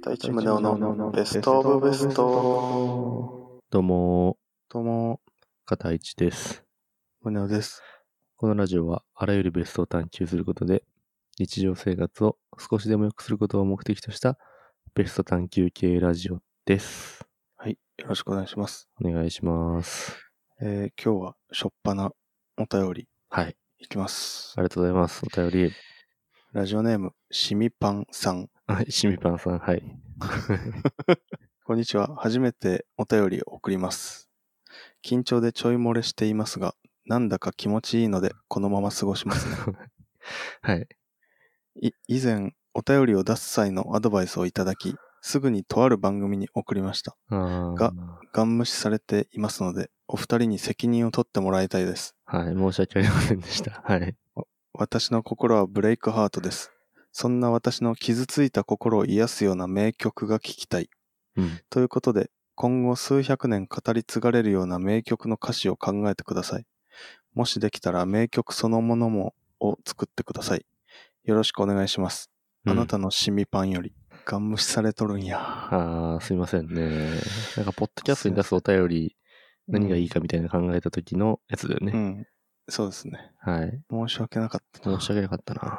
片市宗男のベストオブベスト。 どうも、 片市です。 宗男です。 このラジオはあらゆるベストを探求することで、日常生活を少しでも良くすることを目的としたベスト探求系ラジオです。 はい、よろしくお願いします。 お願いします。 今日はしょっぱなお便り。 はい。 いきます。 ありがとうございます。お便り。 ラジオネーム、しみぱんさん。 はい、しみぱんさん、はい。 こんにちは。初めてお便りを送ります。緊張でちょい漏れしていますが、なんだか気持ちいいので、このまま過ごしますね。 はい。 以前、お便りを出す際のアドバイスをいただき、すぐにとある番組に送りました。が、ガン無視されていますので、お二人に責任を取ってもらいたいです。 はい、申し訳ありませんでした。はい。 私の心はブレイクハートです。そんな私の傷ついた心を癒すような名曲が聴きたい。ということで、今後数百年語り継がれるような名曲の歌詞を考えてください。もしできたら名曲そのものを作ってください。よろしくお願いします。あなたのシミパンより、ガン無視されとるんや。 すいませんね。なんか、ポッドキャストに出すお便り、何がいいかみたいな考えた時のやつだよね。 そうですね。 はい。 申し訳なかったな。 申し訳なかったな。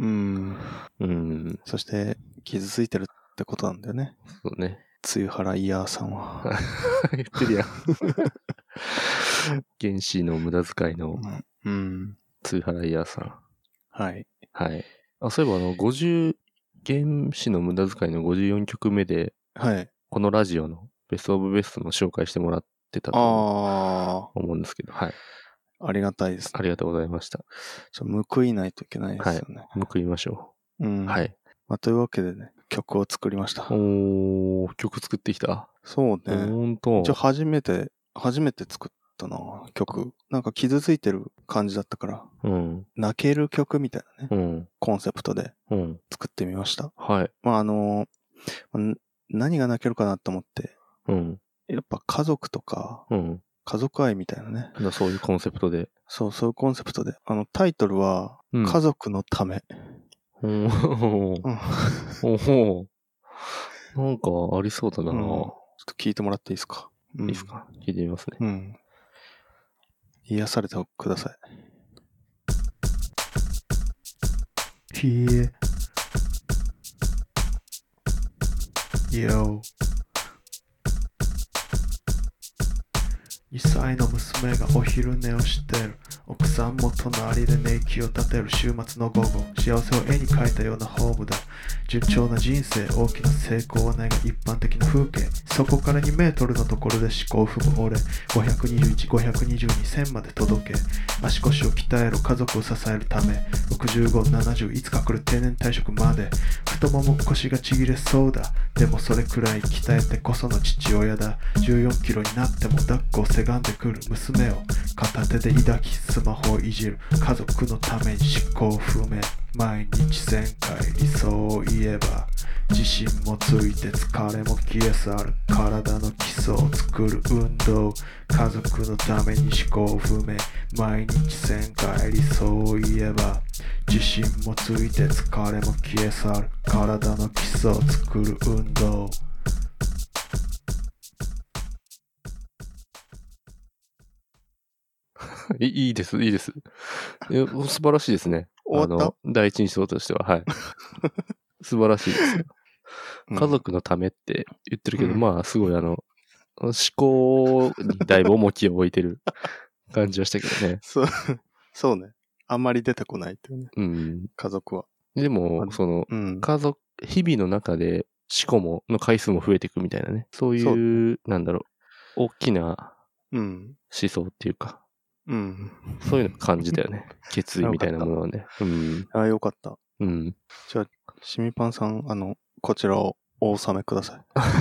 そして、傷ついてるってことなんだよね。 そうね。 露原イヤーさんは。 言ってるやん。原子の無駄遣いの、露原イヤーさん。 はい。 はい。そういえば原子の無駄遣いの54曲目で、 はい。 このラジオのベストオブベストの紹介してもらってたと思うんですけど、はい。 ありがたいですね。 ありがとうございました。 報いないといけないですよね。 はい。報いましょう。はい。 というわけでね、曲を作りました。 曲作ってきた。 そうね。 ほんと。 初めて作ったな、曲。なんか傷ついてる感じだったから、泣ける曲みたいなね、コンセプトで作ってみました。 はい。 何が泣けるかなと思って、やっぱ家族とか、家族愛みたいなね。 そういうコンセプトで。 そういうコンセプトで。タイトルは、家族のため。 なんかありそうだな。ちょっと聞いてもらっていいですか？ いいですか？聞いてみますね。 癒されてください。Here. Yo.2 歳の娘がお昼寝をしてる。奥さんも隣で寝息を立てる。週末の午後、幸せを絵に描いたようなホームだ。順調な人生、大きな成功はないが一般的な風景。そこから2メートルのところで思考を踏む俺。521、522、1000まで届け。足腰を鍛えろ、家族を支えるため。65、70、いつか来る定年退職まで。太もも腰がちぎれそうだ。でもそれくらい鍛えてこその父親だ。14キロになっても抱っこをせがんでくる娘を片手で抱きスマホをいじる。家族のために思考不明。毎日1000回理想を言えば自信もついて疲れも消え去る。体の基礎を作る運動。家族のために思考不明。毎日1000回理想を言えば自信もついて疲れも消え去る。体の基礎を作る運動。 いいです。素晴らしいですね。第一印象としては、はい。素晴らしいです。家族のためって言ってるけど、すごい思考にだいぶ重きを置いてる感じはしたけどね。 そうね。あんまり出てこないっていうね。家族は。 でも、家族、日々の中で思考の回数も増えていくみたいなね。そういう、大きな思想っていうか、そういうの感じたよね。決意みたいなものはね。 よかった。じゃあ、しみぱんさん、こちらをお納めくださ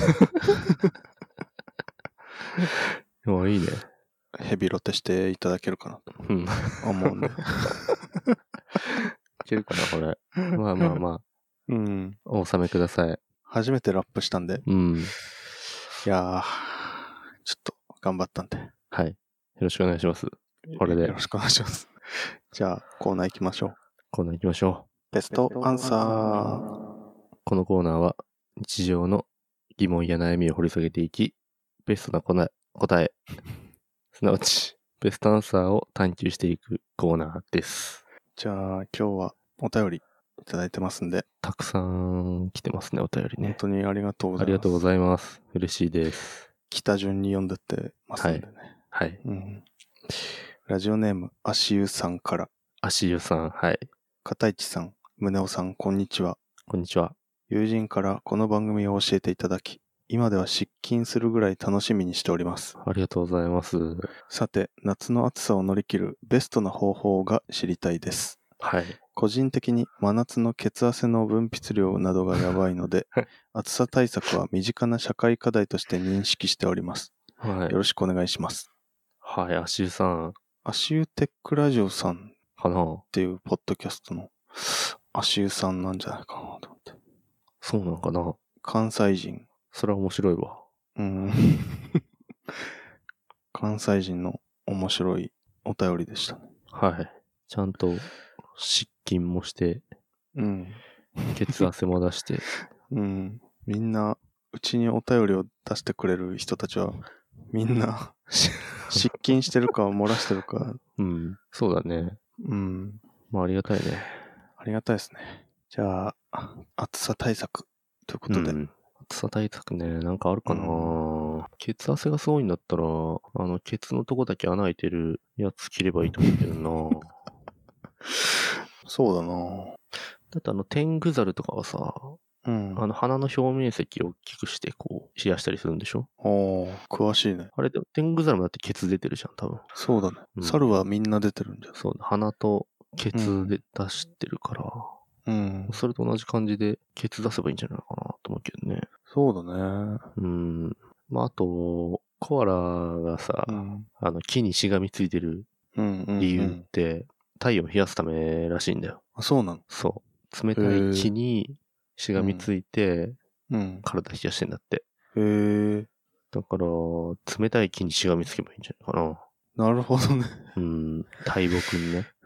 い。いいね。 ヘビロテしていただけるかなと思うんで。いけるかな、これ。まあ。お納めください。 初めてラップしたんで。いやー、ちょっと頑張ったんで。 はい。よろしくお願いします。これで。 よろしくお願いします。じゃあ、コーナー行きましょう。 ベストアンサー。このコーナーは、 日常の疑問や悩みを掘り下げていき、ベストな答え、すなわちベストアンサーを探求していくコーナーです。 じゃあ今日はお便りいただいてますんで。 たくさん来てますね、お便りね。 本当にありがとうございます。 ありがとうございます。嬉しいです。 来た順に読んでってますんでね。 はい。 ラジオネーム、足湯さんから。 足湯さん、はい。 片市さん、宗男さん、こんにちは。 こんにちは。 友人からこの番組を教えていただき、今では失禁するぐらい楽しみにしております。 ありがとうございます。 さて、夏の暑さを乗り切るベストな方法が知りたいです。 はい。 個人的に真夏の血汗の分泌量などがやばいので、暑さ対策は身近な社会課題として認識しております。 はい。 よろしくお願いします。 はい、足湯さん。 足湯テックラジオさんかなっていうポッドキャストの足湯さんなんじゃないかなと思って。 そうなのかな。 関西人。 それは面白いわ。 関西人の面白いお便りでしたね。 はい。ちゃんと失禁もして、血汗も出して。 みんな、うちにお便りを出してくれる人たちは、みんな、失禁してるか漏らしてるか。 そうだね。まあありがたいね。 ありがたいですね。じゃあ、暑さ対策ということで。 暑さ対策ね、なんかあるかな、血汗がすごいんだったら、ケツのとこだけ穴開いてるやつ切ればいいと思うけどなそうだなだってテングザルとかはさ、鼻の表面積を大きくしてこう冷やしたりするんでしょ。 詳しいね。 あれでテングザルもだってケツ出てるじゃん、多分。 そうだね。猿はみんな出てるんじゃん。 そうだ、鼻とケツで出してるから。それと同じ感じでケツ出せばいいんじゃないかなと思うけどね。 そうだね。まああと、コアラがさ、木にしがみついてる理由って、体温を冷やすためらしいんだよ。 あ、そうなの？ そう。冷たい木にしがみついて、体冷やしてんだって。だから、冷たい木にしがみつけばいいんじゃないかな。なるほどね。 大木にね。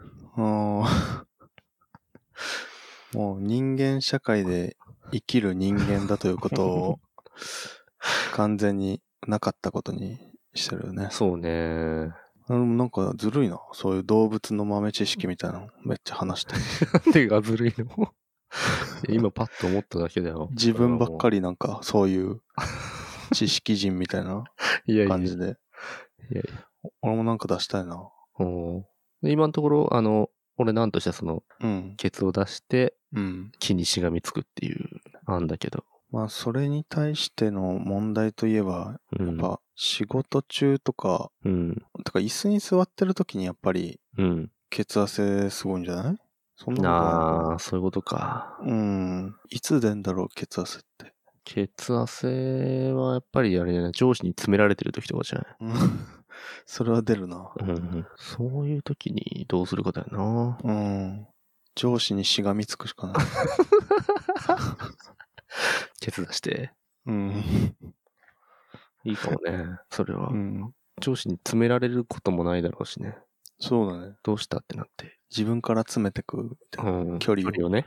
もう人間社会で生きる人間だということを完全になかったことにしてるよね。 そうね。 なんかずるいな。そういう動物の豆知識みたいなのめっちゃ話して。 なんでがずるいの今パッと思っただけだよ。 自分ばっかりなんかそういう知識人みたいな感じで。いや俺もなんか出したいな。 今のところ、俺なんとしてはケツを出して、木にしがみつくっていう案だけど。 まあ、それに対しての問題といえば、やっぱ仕事中とか、だから椅子に座ってる時にやっぱり、血汗すごいんじゃない？そんなことない。 そういうことか。 いつ出んだろう、血汗って。 血汗はやっぱりあれだね、上司に詰められてる時とかじゃない？ それは出るな。 そういう時にどうするかだよな。 上司にしがみつくしかない。 ケツ出して。いいかもね、それは。上司に詰められることもないだろうしね。 そうだね。 どうしたってなって。 自分から詰めてくみたいな距離をね。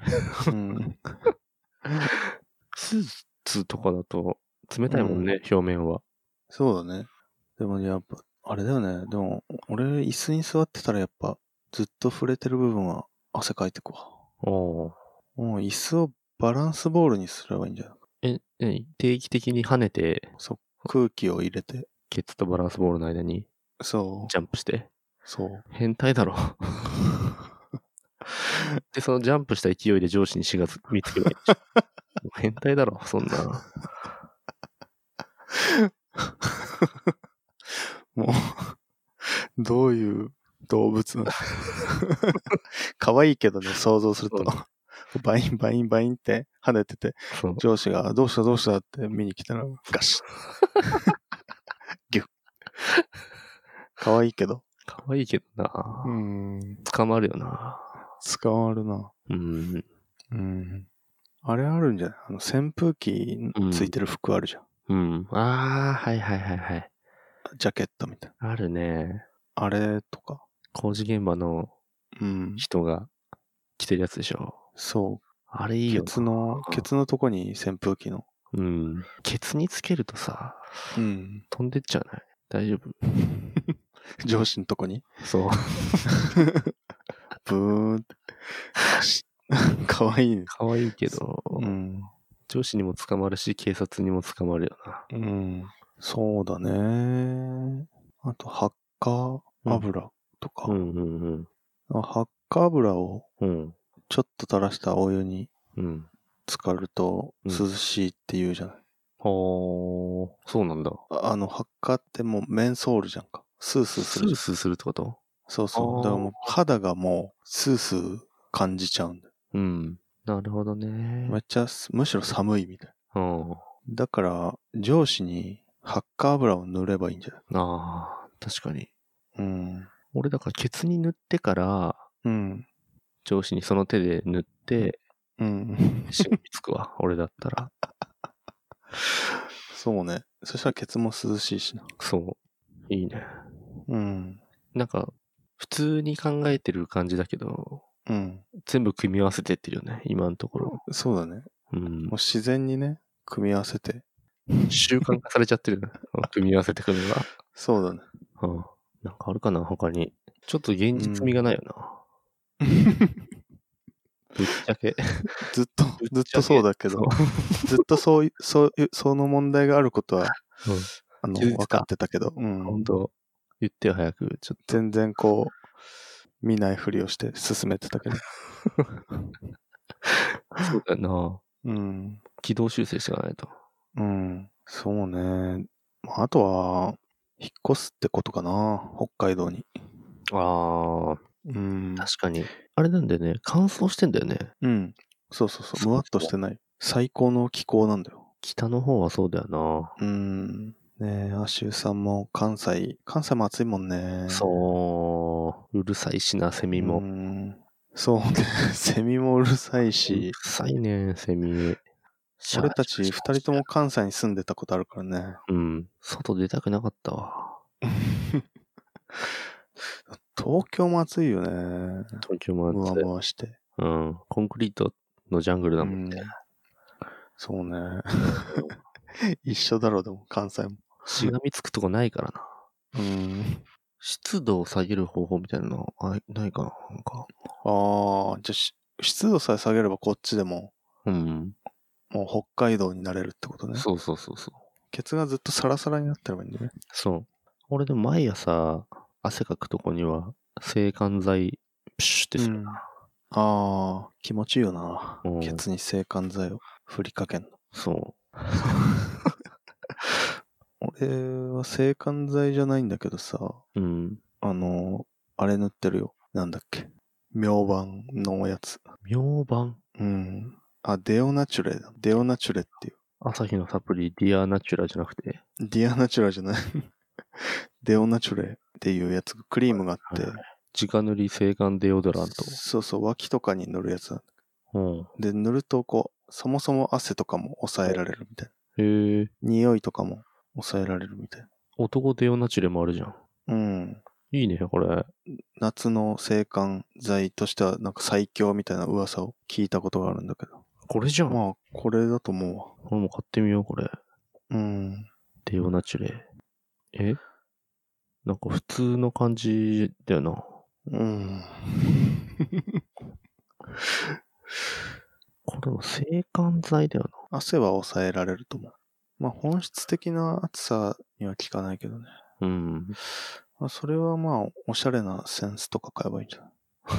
スーツとかだと冷たいもんね、表面は。 そうだね。でもやっぱ、あれだよね。でも、俺、椅子に座ってたらやっぱ、ずっと触れてる部分は汗かいてくわ。もう椅子をバランスボールにすればいいんじゃない？ 定期的に跳ねて、 空気を入れて。 ケツとバランスボールの間に、ジャンプして。変態だろ。で、そのジャンプした勢いで上司にしがみつけばいい。変態だろ、そんな。 もう、どういう動物なの？可愛いけどね、想像すると。バインバインバインって跳ねてて、上司がどうしたどうしたって見に来たら、ガシッ。ギュッ。可愛いけど。 可愛いけどな。捕まるよな。 捕まるな。あれあるんじゃない？扇風機ついてる服あるじゃん。 はいはいはいはい。 ジャケットみたいな。あるね。 あれとか。 工事現場の人が着てるやつでしょ。 そう。 あれいいよ。 ケツのとこに扇風機のうん。ケツにつけるとさ、飛んでっちゃうね。大丈夫？ 上司のとこにそう。 ブーンって。かわいいね。 かわいいけど、上司にも捕まるし、警察にも捕まるよな。 そうだね。あと、ハッカー油とか。ハッカー油をちょっと垂らしたお湯に浸かると涼しいって言うじゃない。 そうなんだ。 ハッカーってもうメンソールじゃんか。スースーするじゃん。 スースーするってこと？ そうそう。だからもう肌がもうスースー感じちゃうんだよ。 なるほどね。 むしろ寒いみたいな。だから、上司にハッカー油を塗ればいいんじゃない？ ああ、確かに。俺だからケツに塗ってから、上司にその手で塗って、しがみつくわ、俺だったら。 そうね。そしたらケツも涼しいしな。 そう。いいね。なんか、普通に考えてる感じだけど、全部組み合わせてってるよね、今のところ。 そうだね。もう自然にね、組み合わせて。 習慣化されちゃってるね。組み合わせてくるのが。そうだね。 なんかあるかな、他に。ちょっと現実味がないよな。ぶっちゃけ。 ずっとそうだけど、ずっとその問題があることは、分かってたけど。 本当言ってよ、早く。ちょっと。 全然見ないふりをして進めてたけど。 そうだよな。軌道修正していかないと。 そうね。あとは、引っ越すってことかな、北海道に。 確かに。あれなんだよね。乾燥してんだよね。 そう。むわっとしてない。最高の気候なんだよ。 北の方はそうだよな。 ねえ、アシュさんも関西も暑いもんね。 そう。うるさいしな、セミも。 そうね。セミもうるさいし。 うるさいね、セミ。 俺たち二人とも関西に住んでたことあるからね。 外出たくなかったわ。 東京も暑いよね。 東京も暑い。 ムワムワして。 コンクリートのジャングルだもんね。 そうね。一緒だろ、でも、関西も。 しがみつくとこないからな。湿度を下げる方法みたいなのないかな、なんか。 じゃあ、湿度さえ下げればこっちでも、もう北海道になれるってことね。 そう。 ケツがずっとサラサラになってればいいんだね。 そう。俺でも毎朝、汗かくとこには、制汗剤、プシュってするな。 気持ちいいよな。ケツに制汗剤を振りかけんの。 そう。 俺は制汗剤じゃないんだけどさ、あれ塗ってるよ。なんだっけ。明晩のやつ。 明晩？ デオナチュレだ。デオナチュレっていう。 朝日のサプリ、ディアナチュラじゃなくて。 ディアナチュラじゃない。デオナチュレっていうやつ、クリームがあって。 直塗り制汗デオドラント。 そう、脇とかに塗るやつなんだ。で、塗るとそもそも汗とかも抑えられるみたいな。匂いとかも抑えられるみたいな。 男デオナチュレもあるじゃん。いいね、これ。 夏の制汗剤としてはなんか最強みたいな噂を聞いたことがあるんだけど。 これじゃん。 まあ、これだと思うわ。 俺も買ってみよう、これ。デオナチュレ。なんか普通の感じだよな。これも制汗剤だよな。 汗は抑えられると思う。まあ本質的な暑さには効かないけどね。それはまあ、おしゃれなセンスとか買えばいいんじゃない？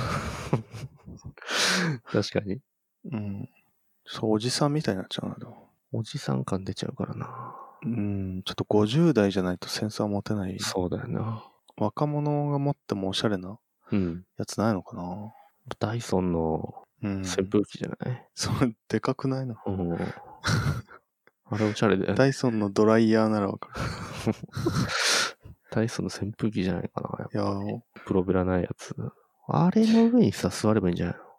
確かに。 そう、おじさんみたいになっちゃうな、でも。 おじさん感出ちゃうからな。 ちょっと50代じゃないとセンスは持てない。 そうだよな。 若者が持ってもおしゃれなやつないのかな。 ダイソンの扇風機じゃない？ それ、でかくないの？ あれおしゃれだよね。 ダイソンのドライヤーならわかる。 ダイソンの扇風機じゃないかな。やっぱプロベラないやつ。あれの上にさ、座ればいいんじゃないの？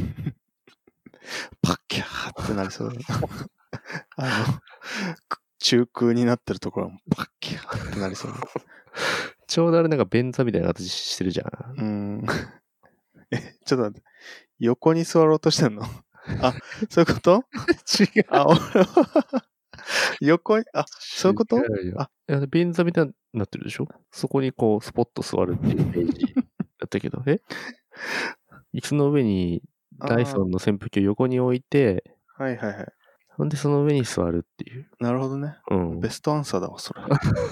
パッキャーってなりそうだな。中空になってるところはパッキャーってなりそうだ。 ちょうどあれなんか便座みたいな形してるじゃん。 ちょっと待って。横に座ろうとしてんの？そういうこと？ 違う。 横に、そういうこと？ いや、便座みたいになってるでしょ？そこにこう、スポッと座るっていうイメージだったけど、椅子の上にダイソンの扇風機を横に置いて、 はいはいはい。 ほんでその上に座るっていう。 なるほどね。ベストアンサーだわ、それ。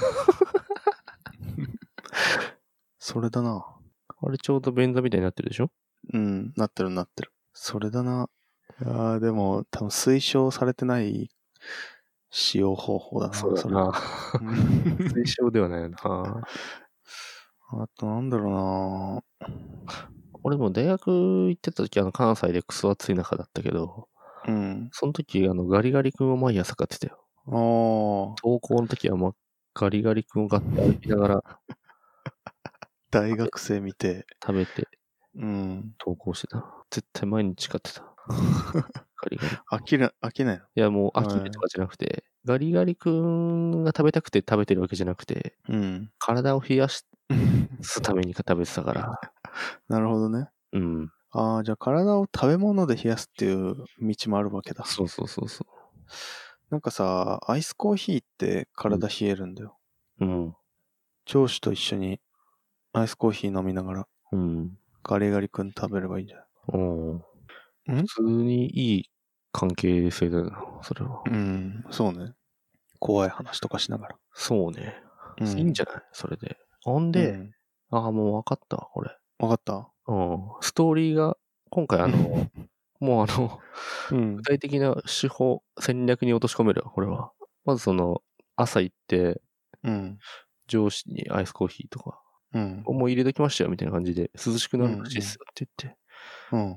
それだな。 あれちょうど便座みたいになってるでしょ？ なってるなってる。それだな。いやでも、多分推奨されてない使用方法だな。 そうだな。推奨ではないよな。 あとなんだろうな。 俺も大学行ってた時関西でクソ暑い中だったけど、その時ガリガリ君を毎朝買ってたよ。登校の時はガリガリ君を買って歩きながら大学生見て食べて登校してた。絶対毎日買ってた。ガリガリ。 飽きないの？ いやもう飽きるとかじゃなくて、ガリガリ君が食べたくて食べてるわけじゃなくて、体を冷やすために食べてたから。 なるほどね。じゃあ体を食べ物で冷やすっていう道もあるわけだ。 そう。 なんかさ、アイスコーヒーって体冷えるんだよ。上司と一緒にアイスコーヒー飲みながら、ガリガリ君食べればいいんじゃない？ 普通にいい関係性だよな、それは。 そうね。怖い話とかしながら。 そうね。いいんじゃない？それで。ほんで、もう分かったわ、これ。 分かった？ ストーリーが、今回もう具体的な手法、戦略に落とし込めるわ、これは。まず朝行って、上司にアイスコーヒーとか、もう入れときましたよ、みたいな感じで、涼しくなるらしいっすよって言って、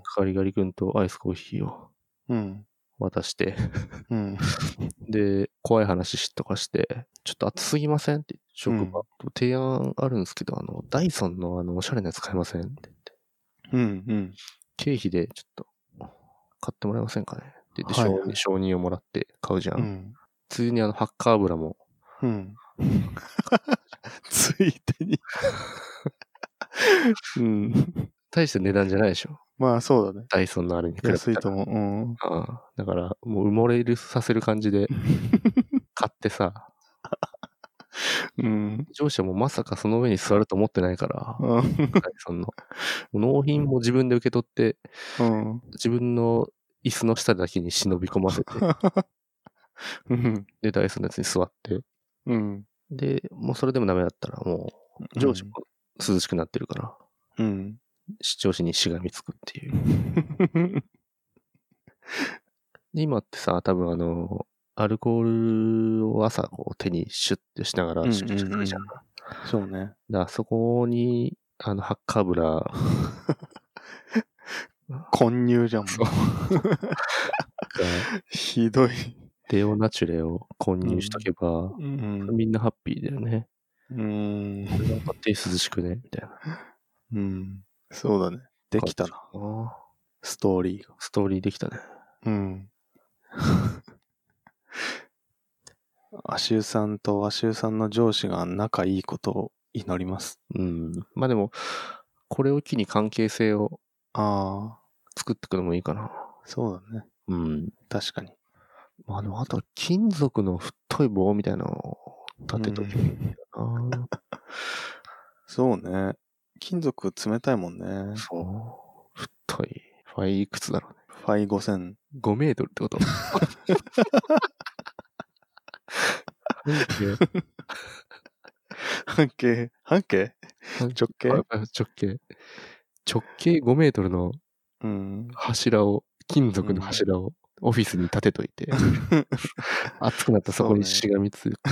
ガリガリ君とアイスコーヒーを渡して、で、怖い話とかして、ちょっと暑すぎませんって、職場、提案あるんですけど、ダイソンのおしゃれなやつ買えませんって言って、経費でちょっと買ってもらえませんかねって言って、承認をもらって買うじゃん。ついでにハッカー油も。 ついでに。 大して値段じゃないでしょ。 まあそうだね。 ダイソンのあれに比べたら。 安いと思う。 だから、もう埋もれさせる感じで買ってさ。上司はもうまさかその上に座ると思ってないから、ダイソンの。納品も自分で受け取って、自分の椅子の下だけに忍び込ませて、で、ダイソンのやつに座って、で、もうそれでもダメだったら、もう、上司も涼しくなってるから、上司にしがみつくっていう。で今ってさ、多分アルコールを朝こう手にシュッてしながら出社するじゃん。 そうね。 そこに、ハッカー油、 混入じゃん、もう。ひどい。 デオナチュレを混入しとけば、みんなハッピーだよね。手涼しくねみたいな。 そうだね。できたな。ストーリーできたね。 足湯さんと足湯さんの上司が仲いいことを祈ります。 まあでも、これを機に関係性を作っていくのもいいかな。 そうだね。確かに。 まあでも、あとは金属の太い棒みたいなのを立てとけばいいんだな。 そうね。金属冷たいもんね。 そう。太い。ファイいくつだろうね。 ファイ5000。 5メートルってこと半径直径5メートルの柱を、金属の柱をオフィスに立てといて、暑くなったらそこにしがみつく。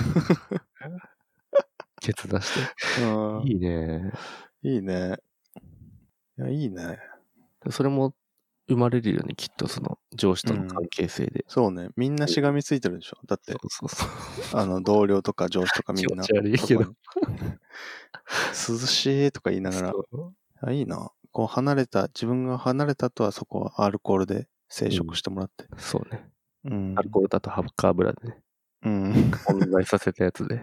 ケツ出して。いいね。 いいね。いや、いいね。 それも生まれるよね、きっとその上司との関係性で。 そうね。みんなしがみついてるでしょ。だって、同僚とか上司とかみんな。 気持ち悪いけど。 涼しいとか言いながら。いいな。こう自分が離れたとはそこはアルコールで生食してもらって。 そうね。アルコールだとハッカー油でね。混在させたやつで。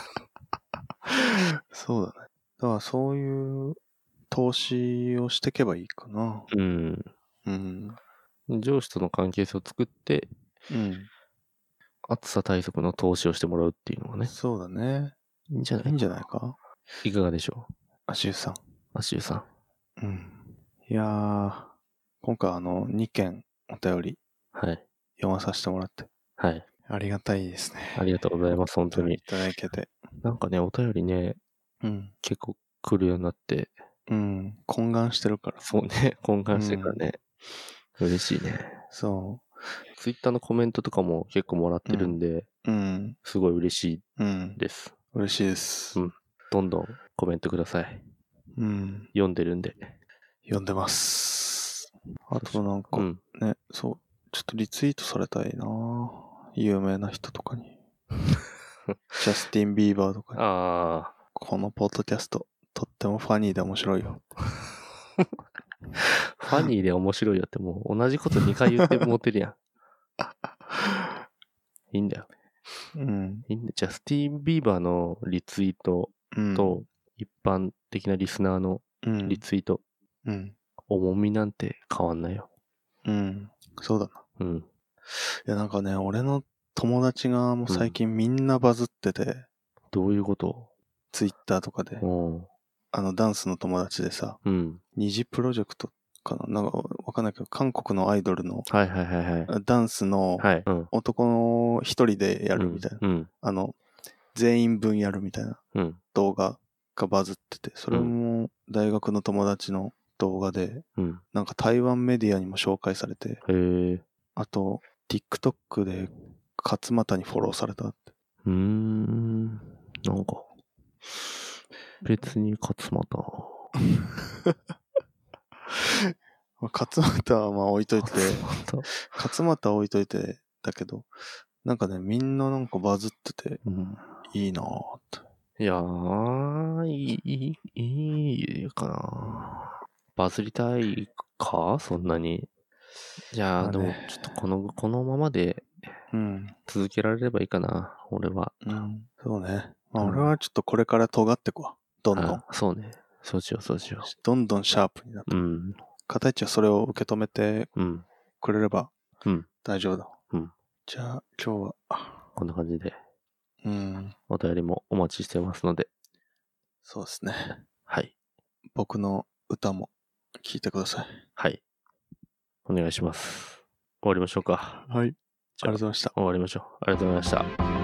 そうだね。だからそういう投資をしていけばいいかな。 上司との関係性を作って、 暑さ対策の投資をしてもらうっていうのはね。 そうだね。 いいんじゃないか。 いかがでしょう。 足湯さん。 足湯さん。うん。いやー、今回2件お便り。 はい。 読まさせてもらって。 はい。 ありがたいですね。 ありがとうございます、本当に。 いただけて。 なんかね、お便りね、結構来るようになって。 懇願してるから。 そうね、懇願してるからね。嬉しいね。 そう。 ツイッターのコメントとかも結構もらってるんで、すごい嬉しいです。 嬉しいです。 どんどんコメントください。読んでるんで。 読んでます。あとなんか、ね、そう、ちょっとリツイートされたいな有名な人とかに。ジャスティン・ビーバーとかに。このポッドキャスト、とってもファニーで面白いよ。 ファニーで面白いよってもう同じこと2回言ってもうてるやん。いいんだよ。いいんだよ。ジャスティン・ビーバーのリツイートと、一般的なリスナーのリツイート、重みなんて変わんないよ。 そうだな。いやなんかね、俺の友達がもう最近みんなバズってて。 どういうこと？ ツイッターとかで。ダンスの友達でさ、二次プロジェクトかな、なんかわかんないけど、韓国のアイドルのダンスの男の一人でやるみたいな、全員分やるみたいな動画がバズってて、それも大学の友達の動画で、なんか台湾メディアにも紹介されて、あと TikTok で勝俣にフォローされたって。 なんか別に勝俣勝俣はまあ置いといて、勝俣は置いといてだけど、なんかね、みんななんかバズってて、いいなぁって。 いやー、いいかな。バズりたいかそんなに。いやー、でもちょっとこのままで続けられればいいかな、俺は。 そうね。まあ俺はちょっとこれから尖ってこう。どんどん。 そうね。そうしよう。 どんどんシャープになって。片一はそれを受け止めてくれれば大丈夫だ。じゃあ今日はこんな感じでお便りもお待ちしてますので。 そうですね。 はい。 僕の歌も聴いてください。 はい。お願いします。終わりましょうか。 はい。ありがとうございました。 終わりましょう。ありがとうございました。